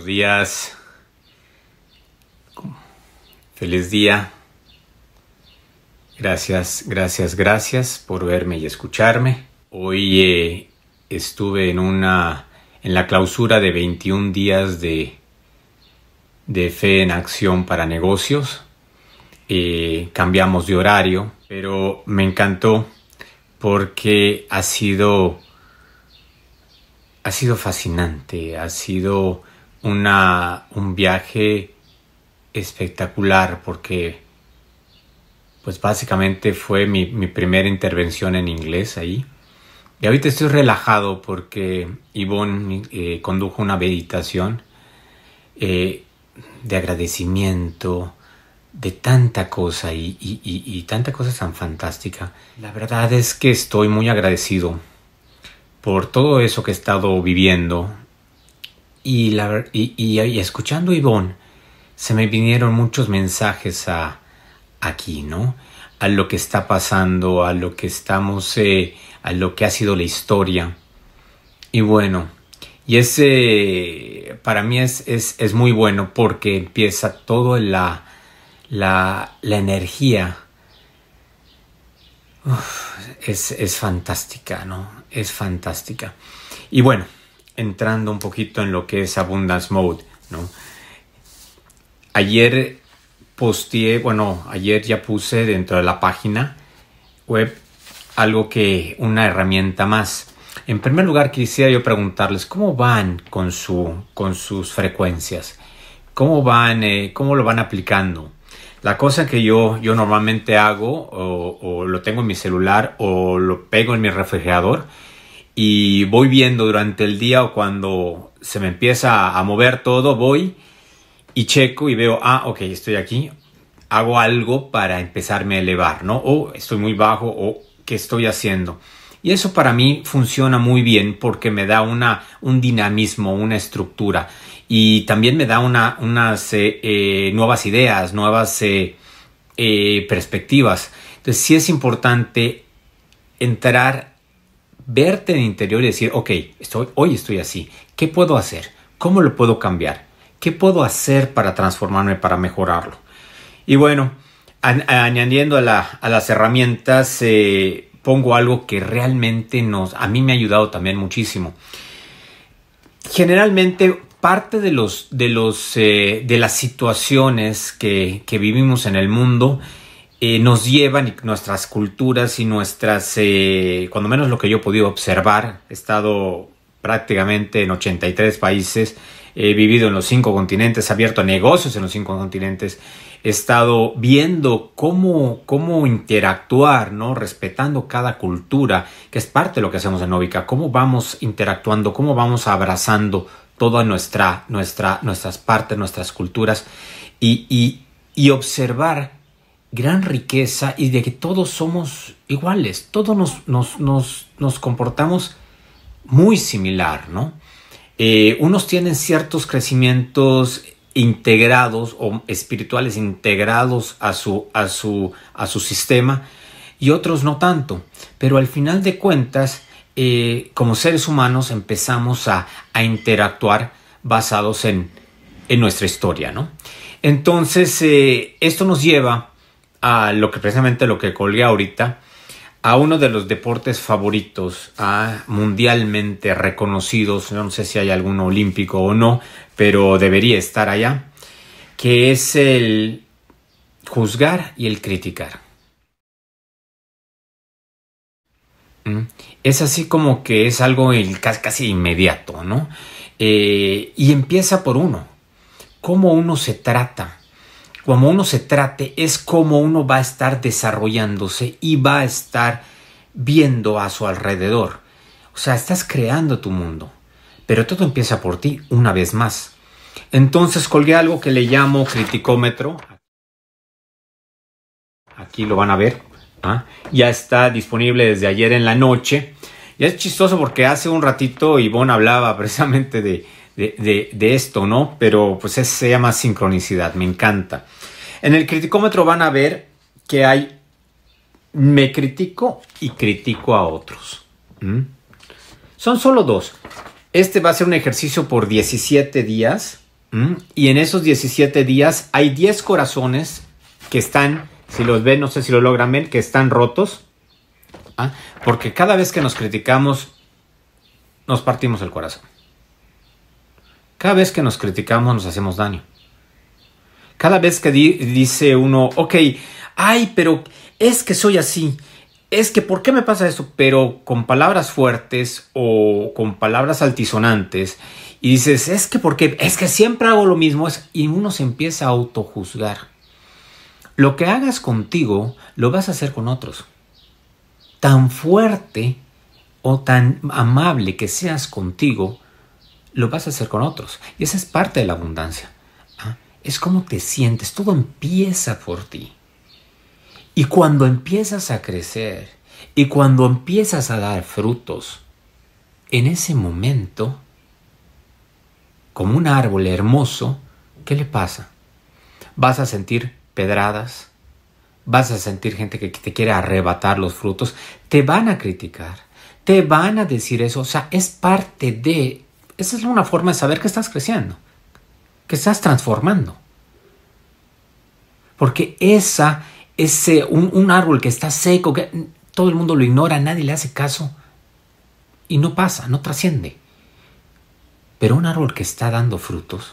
días. Feliz día. Gracias por verme y escucharme. Hoy estuve en la clausura de 21 días de Fe en Acción para Negocios. Cambiamos de horario, pero me encantó porque ha sido fascinante, ha sido un viaje espectacular porque pues básicamente fue mi primera intervención en inglés ahí. Y ahorita estoy relajado porque Ivonne condujo una meditación de agradecimiento, de tanta cosa y tanta cosa tan fantástica. La verdad es que estoy muy agradecido por todo eso que he estado viviendo y escuchando a Ivonne se me vinieron muchos mensajes aquí, ¿no? A lo que está pasando, a lo que estamos, a lo que ha sido la historia. Y bueno, para mí es muy bueno porque empieza todo la energía. Es fantástica, ¿no? Es fantástica. Y bueno, entrando un poquito en lo que es Abundance Mode, ¿no? Ayer ya puse dentro de la página web una herramienta más. En primer lugar, quisiera yo preguntarles cómo van con sus frecuencias, cómo lo van aplicando. La cosa que yo normalmente hago, o lo tengo en mi celular, o lo pego en mi refrigerador, y voy viendo durante el día o cuando se me empieza a mover todo, voy y checo y veo, ok, estoy aquí, hago algo para empezarme a elevar, ¿no? O estoy muy bajo, o ¿qué estoy haciendo? Y eso para mí funciona muy bien porque me da un dinamismo, una estructura. Y también me da unas nuevas ideas, nuevas perspectivas. Entonces sí es importante entrar, verte en el interior y decir, ok, hoy estoy así. ¿Qué puedo hacer? ¿Cómo lo puedo cambiar? ¿Qué puedo hacer para transformarme, para mejorarlo? Y bueno, añadiendo a las herramientas, pongo algo que realmente a mí me ha ayudado también muchísimo. Generalmente parte de las situaciones que vivimos en el mundo nos llevan, y nuestras culturas y cuando menos lo que yo he podido observar, he estado prácticamente en 83 países, he vivido en los 5 continentes, he abierto negocios en los 5 continentes, he estado viendo cómo interactuar, ¿no? Respetando cada cultura, que es parte de lo que hacemos en Novica, cómo vamos interactuando, cómo vamos abrazando todas nuestras partes, nuestras culturas y observar gran riqueza y de que todos somos iguales, todos nos comportamos muy similar, ¿no? Unos tienen ciertos crecimientos integrados o espirituales integrados a su sistema y otros no tanto, pero al final de cuentas como seres humanos empezamos a interactuar basados en nuestra historia, ¿no? Entonces esto nos lleva a precisamente lo que colgué ahorita, a uno de los deportes favoritos, mundialmente reconocidos, no sé si hay alguno olímpico o no, pero debería estar allá, que es el juzgar y el criticar. Es así como que es algo casi inmediato, ¿no? Y empieza por uno. Cómo uno se trata. Como uno se trate es como uno va a estar desarrollándose y va a estar viendo a su alrededor. O sea, estás creando tu mundo. Pero todo empieza por ti, una vez más. Entonces colgué algo que le llamo criticómetro. Aquí lo van a ver. Ya está disponible desde ayer en la noche. Y es chistoso porque hace un ratito Ivonne hablaba precisamente de esto, ¿no? Pero pues se llama sincronicidad, me encanta. En el criticómetro van a ver que me critico y critico a otros. Son solo 2. Este va a ser un ejercicio por 17 días. Y en esos 17 días hay 10 corazones que están, si los ven, no sé si lo logran ver, que están rotos. Porque cada vez que nos criticamos, nos partimos el corazón. Cada vez que nos criticamos, nos hacemos daño. Cada vez que dice uno, ok, ay, pero es que soy así. Es que, ¿por qué me pasa eso? Pero con palabras fuertes o con palabras altisonantes. Y dices, es que, ¿por qué? Es que siempre hago lo mismo. Y uno se empieza a autojuzgar. Lo que hagas contigo, lo vas a hacer con otros. Tan fuerte o tan amable que seas contigo, lo vas a hacer con otros. Y esa es parte de la abundancia. Es cómo te sientes. Todo empieza por ti. Y cuando empiezas a crecer y cuando empiezas a dar frutos, en ese momento, como un árbol hermoso, ¿qué le pasa? Vas a sentir pedradas, vas a sentir gente que te quiere arrebatar los frutos, te van a criticar, te van a decir eso. O sea, es parte de... Esa es una forma de saber que estás creciendo, que estás transformando. Porque un árbol que está seco, que todo el mundo lo ignora, nadie le hace caso y no pasa, no trasciende. Pero un árbol que está dando frutos,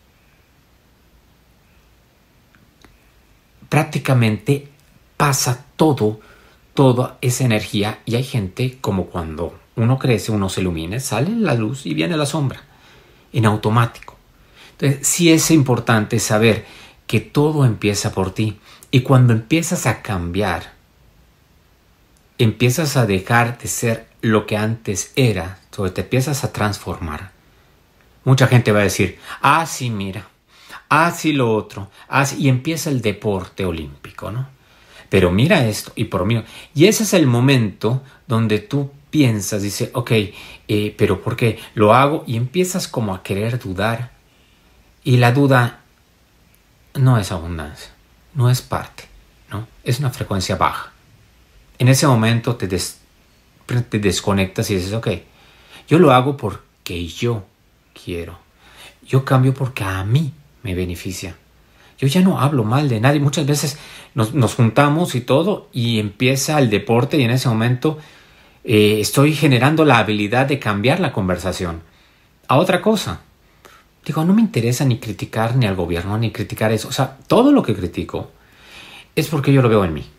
prácticamente pasa toda esa energía, y hay gente como cuando uno crece, uno se ilumina, sale la luz y viene la sombra, en automático. Entonces, sí es importante saber que todo empieza por ti. Y cuando empiezas a cambiar, empiezas a dejar de ser lo que antes era, te empiezas a transformar. Mucha gente va a decir, sí, mira, sí, lo otro, sí, y empieza el deporte olímpico, ¿no? Pero mira esto, y por mí. Y ese es el momento donde tú piensas, dices, ok, pero ¿por qué lo hago? Y empiezas como a querer dudar. Y la duda no es abundancia. No es parte, ¿no? Es una frecuencia baja. En ese momento te desconectas y dices, ok, yo lo hago porque yo quiero. Yo cambio porque a mí me beneficia. Yo ya no hablo mal de nadie. Muchas veces nos juntamos y todo, y empieza el deporte, y en ese momento estoy generando la habilidad de cambiar la conversación a otra cosa. Digo, no me interesa ni criticar ni al gobierno, ni criticar eso. O sea, todo lo que critico es porque yo lo veo en mí.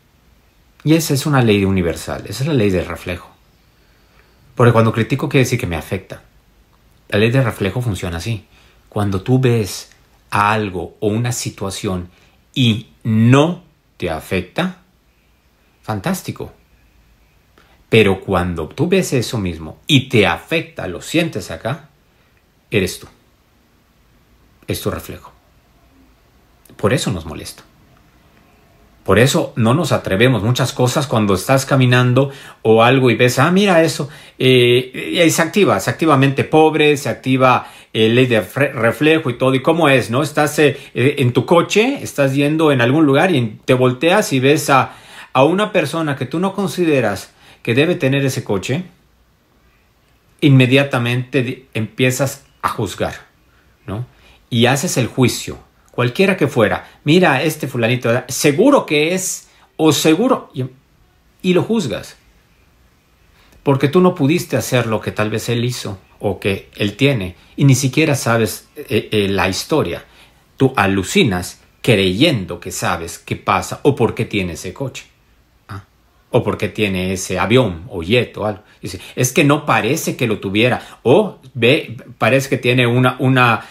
Y esa es una ley universal. Esa es la ley del reflejo. Porque cuando critico quiere decir que me afecta. La ley del reflejo funciona así. Cuando tú ves a algo o una situación y no te afecta, fantástico. Pero cuando tú ves eso mismo y te afecta, lo sientes acá, eres tú. Es tu reflejo. Por eso nos molesta. Por eso no nos atrevemos. Muchas cosas cuando estás caminando o algo y ves, mira eso, y se activa mente pobre, se activa ley de reflejo y todo. ¿Y cómo es, no? Estás en tu coche, estás yendo en algún lugar y te volteas y ves a una persona que tú no consideras que debe tener ese coche, inmediatamente empiezas a juzgar, ¿no? Y haces el juicio, cualquiera que fuera. Mira, este fulanito, seguro que es, o seguro, y lo juzgas. Porque tú no pudiste hacer lo que tal vez él hizo, o que él tiene, y ni siquiera sabes la historia. Tú alucinas creyendo que sabes qué pasa, o por qué tiene ese coche, o por qué tiene ese avión, o jet, o algo. Dice, es que no parece que lo tuviera, o parece que tiene una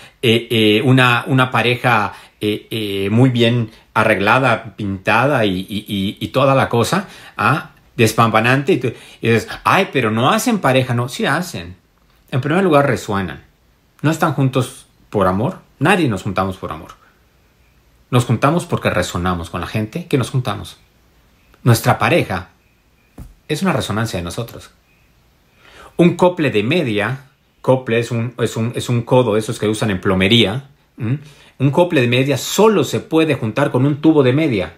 pareja muy bien arreglada, pintada y toda la cosa, despampanante, y dices, pero no hacen pareja. No, sí hacen. En primer lugar, resuenan. No están juntos por amor. Nadie nos juntamos por amor. Nos juntamos porque resonamos con la gente que nos juntamos. Nuestra pareja es una resonancia de nosotros. Un cople de media, cople es un codo, esos que usan en plomería. Un cople de media solo se puede juntar con un tubo de media.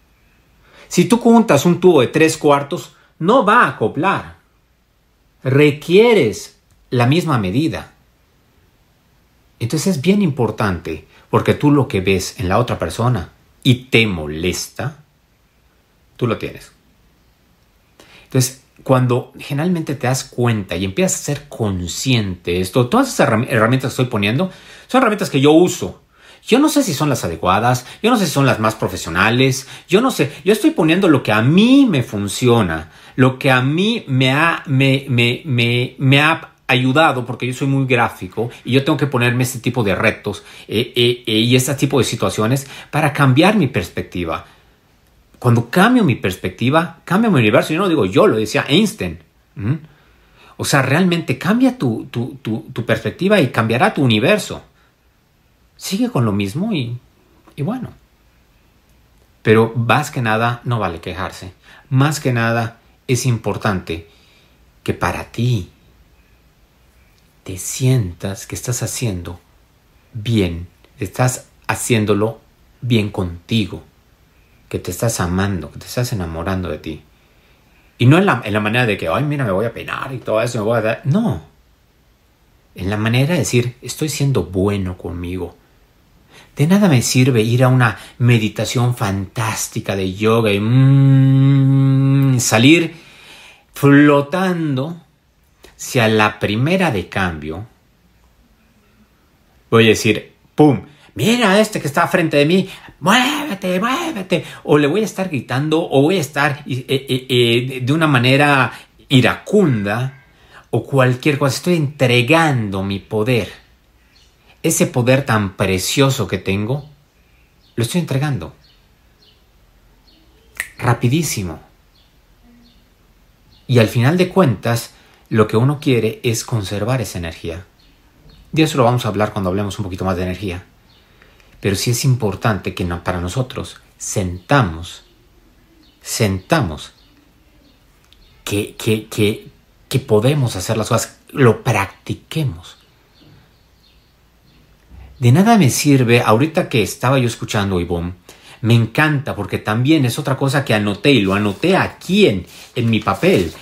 Si tú juntas un tubo de 3/4, no va a acoplar. Requieres la misma medida. Entonces es bien importante, porque tú lo que ves en la otra persona y te molesta, tú lo tienes. Entonces, cuando generalmente te das cuenta y empiezas a ser consciente de esto, todas esas herramientas que estoy poniendo son herramientas que yo uso. Yo no sé si son las adecuadas, yo no sé si son las más profesionales, yo no sé, yo estoy poniendo lo que a mí me funciona, lo que a mí me ha ayudado, porque yo soy muy gráfico y yo tengo que ponerme este tipo de retos y este tipo de situaciones para cambiar mi perspectiva. Cuando cambio mi perspectiva, cambia mi universo. Yo no digo yo, lo decía Einstein. O sea, realmente cambia tu perspectiva y cambiará tu universo. Sigue con lo mismo y bueno. Pero más que nada, no vale quejarse. Más que nada, es importante que para ti te sientas que estás haciendo bien. Estás haciéndolo bien contigo. Que te estás amando, que te estás enamorando de ti. Y no en la manera de que, ay, mira, me voy a peinar y todo eso, me voy a dar. No. En la manera de decir, estoy siendo bueno conmigo. De nada me sirve ir a una meditación fantástica de yoga y salir flotando si a la primera de cambio voy a decir, ¡pum! Mira este que está frente de mí, muévete, muévete. O le voy a estar gritando o voy a estar de una manera iracunda o cualquier cosa. Estoy entregando mi poder. Ese poder tan precioso que tengo, lo estoy entregando. Rapidísimo. Y al final de cuentas, lo que uno quiere es conservar esa energía. De eso lo vamos a hablar cuando hablemos un poquito más de energía. Pero sí es importante que para nosotros sentamos que podemos hacer las cosas, lo practiquemos. De nada me sirve, ahorita que estaba yo escuchando a Ivonne, me encanta porque también es otra cosa que anoté y lo anoté aquí en mi papel,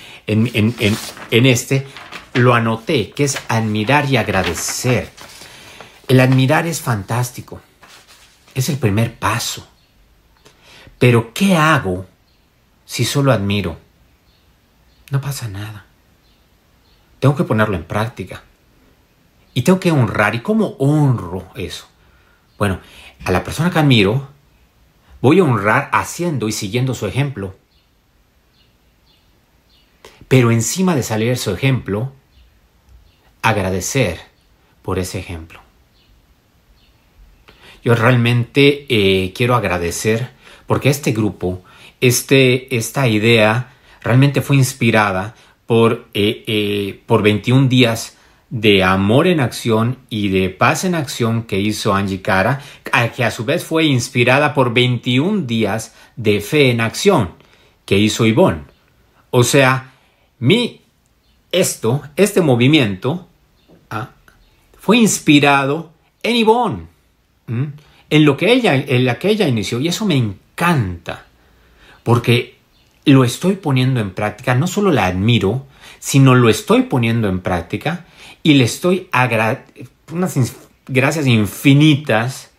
lo anoté, que es admirar y agradecer. El admirar es fantástico. Es el primer paso. Pero ¿qué hago si solo admiro? No pasa nada. Tengo que ponerlo en práctica. Y tengo que honrar. ¿Y cómo honro eso? Bueno, a la persona que admiro, voy a honrar haciendo y siguiendo su ejemplo. Pero encima de salir su ejemplo, agradecer por ese ejemplo. Yo realmente quiero agradecer porque este grupo, esta idea realmente fue inspirada por 21 días de amor en acción y de paz en acción que hizo Angie Cara, que a su vez fue inspirada por 21 días de fe en acción que hizo Ivonne. O sea, este movimiento fue inspirado en Ivonne. En la que ella inició, y eso me encanta porque lo estoy poniendo en práctica. No solo la admiro, sino lo estoy poniendo en práctica y le estoy unas gracias infinitas,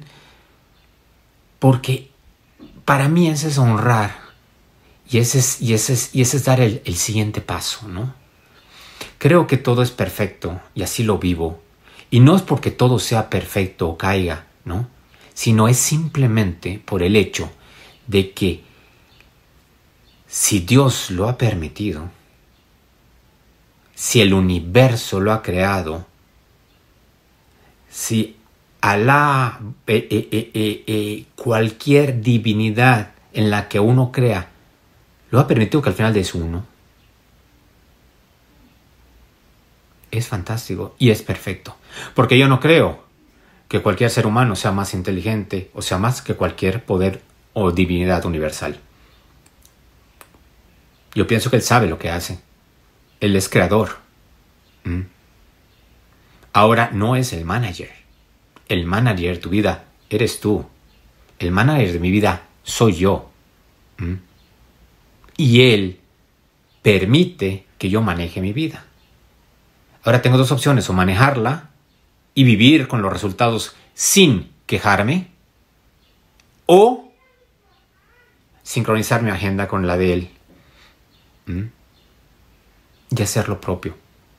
porque para mí ese es honrar y ese es dar el siguiente paso, ¿no? Creo que todo es perfecto y así lo vivo. Y no es porque todo sea perfecto o caiga, ¿no? Sino es simplemente por el hecho de que si Dios lo ha permitido, si el universo lo ha creado, si Alá, cualquier divinidad en la que uno crea, lo ha permitido que al final es uno, es fantástico y es perfecto. Porque yo no creo que cualquier ser humano sea más inteligente o sea más que cualquier poder o divinidad universal. Yo pienso que Él sabe lo que hace. Él es creador. Ahora no es el manager. El manager de tu vida eres tú. El manager de mi vida soy yo. Y Él permite que yo maneje mi vida. Ahora tengo dos opciones, o manejarla y vivir con los resultados sin quejarme, o sincronizar mi agenda con la de él y hacer lo propio.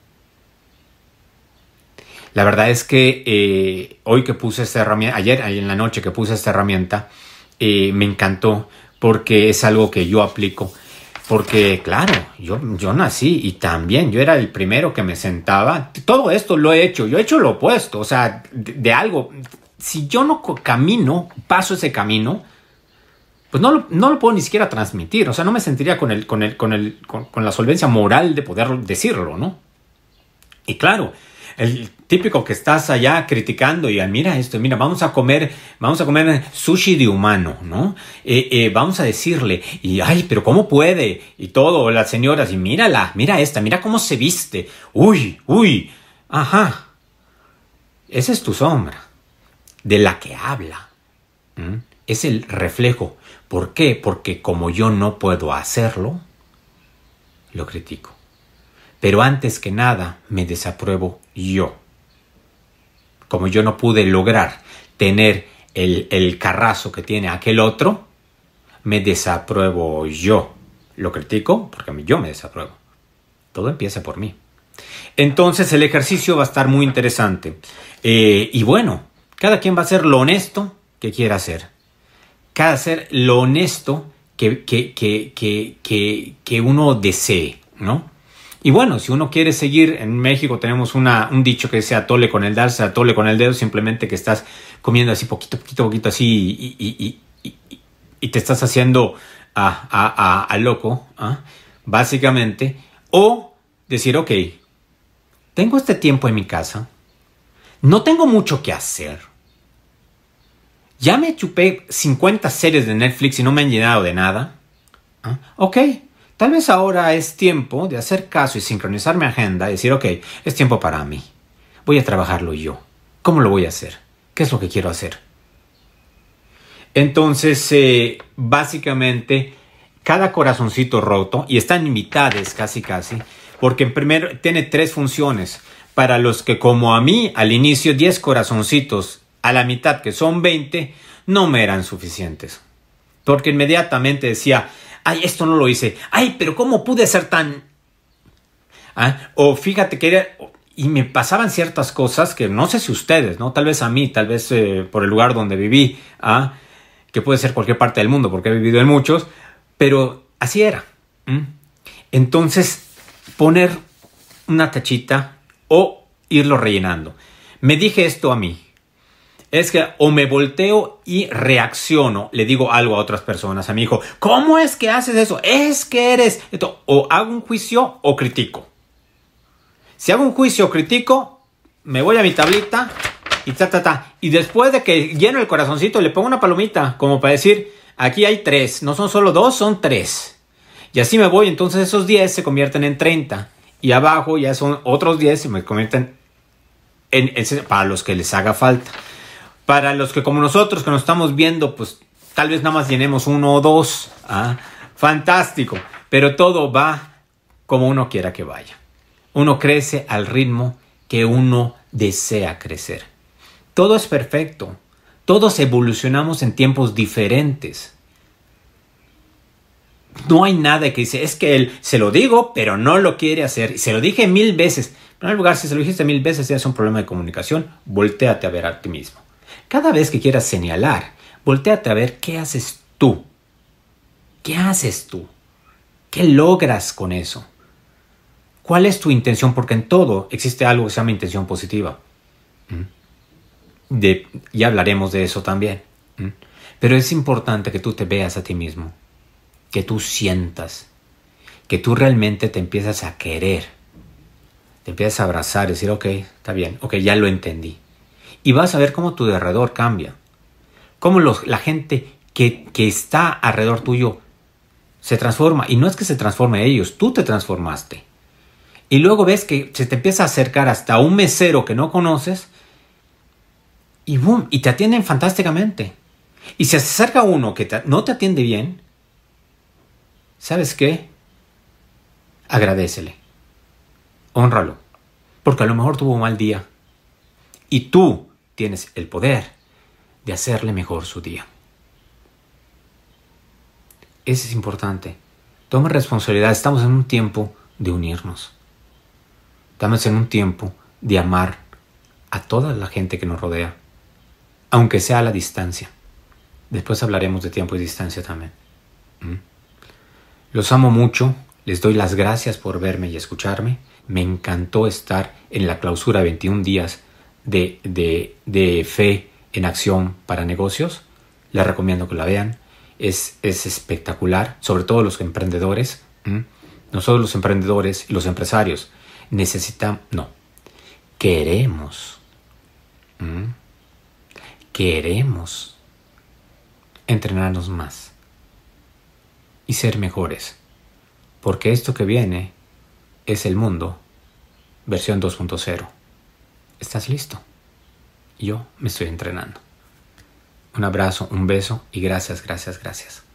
La verdad es que hoy que puse esta herramienta, ayer en la noche que puse esta herramienta, me encantó porque es algo que yo aplico. Porque, claro, yo nací y también yo era el primero que me sentaba. Todo esto lo he hecho. Yo he hecho lo opuesto. O sea, de algo. Si yo no paso ese camino, pues no lo puedo ni siquiera transmitir. O sea, no me sentiría con la solvencia moral de poder decirlo, ¿no? Y claro, el típico que estás allá criticando y mira esto, mira, vamos a comer sushi de humano, ¿no? Vamos a decirle, y ay, pero ¿cómo puede? Y todo, las señoras, y mírala, mira esta, mira cómo se viste. Uy, ajá. Esa es tu sombra, de la que habla. Es el reflejo. ¿Por qué? Porque como yo no puedo hacerlo, lo critico. Pero antes que nada, me desapruebo yo. Como yo no pude lograr tener el carrazo que tiene aquel otro, me desapruebo yo. Lo critico porque yo me desapruebo. Todo empieza por mí. Entonces el ejercicio va a estar muy interesante. Y bueno, cada quien va a hacer lo honesto que quiera hacer. Cada ser lo honesto que uno desee, ¿no? Y bueno, si uno quiere seguir, en México tenemos un dicho que dice atole con el darse, atole con el dedo, simplemente que estás comiendo así poquito así y te estás haciendo a loco, básicamente. O decir, ok, tengo este tiempo en mi casa, no tengo mucho que hacer, ya me chupé 50 series de Netflix y no me han llenado de nada, ok. Tal vez ahora es tiempo de hacer caso y sincronizar mi agenda y decir, ok, es tiempo para mí. Voy a trabajarlo yo. ¿Cómo lo voy a hacer? ¿Qué es lo que quiero hacer? Entonces, básicamente, cada corazoncito roto, y están en mitades casi, porque en primero tiene 3 funciones. Para los que, como a mí, al inicio 10 corazoncitos, a la mitad que son 20, no me eran suficientes. Porque inmediatamente decía, ay, esto no lo hice. Ay, pero ¿cómo pude ser tan...? O fíjate que y me pasaban ciertas cosas que no sé si ustedes, ¿no? Tal vez a mí, tal vez por el lugar donde viví, que puede ser cualquier parte del mundo porque he vivido en muchos, pero así era. Entonces, poner una tachita o irlo rellenando. Me dije esto a mí. Es que o me volteo y reacciono, le digo algo a otras personas, a mi hijo, ¿cómo es que haces eso? Es que eres... Esto. O hago un juicio o critico. Si hago un juicio o critico, me voy a mi tablita y Y después de que lleno el corazoncito, le pongo una palomita, como para decir, aquí hay 3, no son solo 2, son 3. Y así me voy, entonces esos 10 se convierten en 30. Y abajo ya son otros 10 y me convierten para los que les haga falta. Para los que como nosotros que nos estamos viendo, pues tal vez nada más llenemos 1 o 2. Fantástico. Pero todo va como uno quiera que vaya. Uno crece al ritmo que uno desea crecer. Todo es perfecto. Todos evolucionamos en tiempos diferentes. No hay nada que dice, es que él se lo digo, pero no lo quiere hacer. Y se lo dije 1000 veces. En primer lugar, si se lo dijiste 1000 veces, ya es un problema de comunicación. Voltéate a ver a ti mismo. Cada vez que quieras señalar, voltéate a ver qué haces tú. ¿Qué haces tú? ¿Qué logras con eso? ¿Cuál es tu intención? Porque en todo existe algo que se llama intención positiva. Ya hablaremos de eso también. Pero es importante que tú te veas a ti mismo. Que tú sientas. Que tú realmente te empiezas a querer. Te empiezas a abrazar y decir, ok, está bien. Ok, ya lo entendí. Y vas a ver cómo tu alrededor cambia. Cómo la gente que está alrededor tuyo se transforma. Y no es que se transforme ellos, tú te transformaste. Y luego ves que se te empieza a acercar hasta un mesero que no conoces. Y boom, y te atienden fantásticamente. Y si se acerca uno que no te atiende bien, ¿sabes qué? Agradécele. Hónralo. Porque a lo mejor tuvo un mal día. Y tú tienes el poder de hacerle mejor su día. Eso es importante. Toma responsabilidad. Estamos en un tiempo de unirnos. Estamos en un tiempo de amar a toda la gente que nos rodea, aunque sea a la distancia. Después hablaremos de tiempo y distancia también. Los amo mucho. Les doy las gracias por verme y escucharme. Me encantó estar en la clausura 21 días de fe en acción para negocios. Les recomiendo que la vean. Es espectacular, sobre todo los emprendedores. Nosotros los emprendedores y los empresarios queremos entrenarnos más y ser mejores, porque esto que viene es el mundo versión 2.0. ¿Estás listo? Yo me estoy entrenando. Un abrazo, un beso y gracias.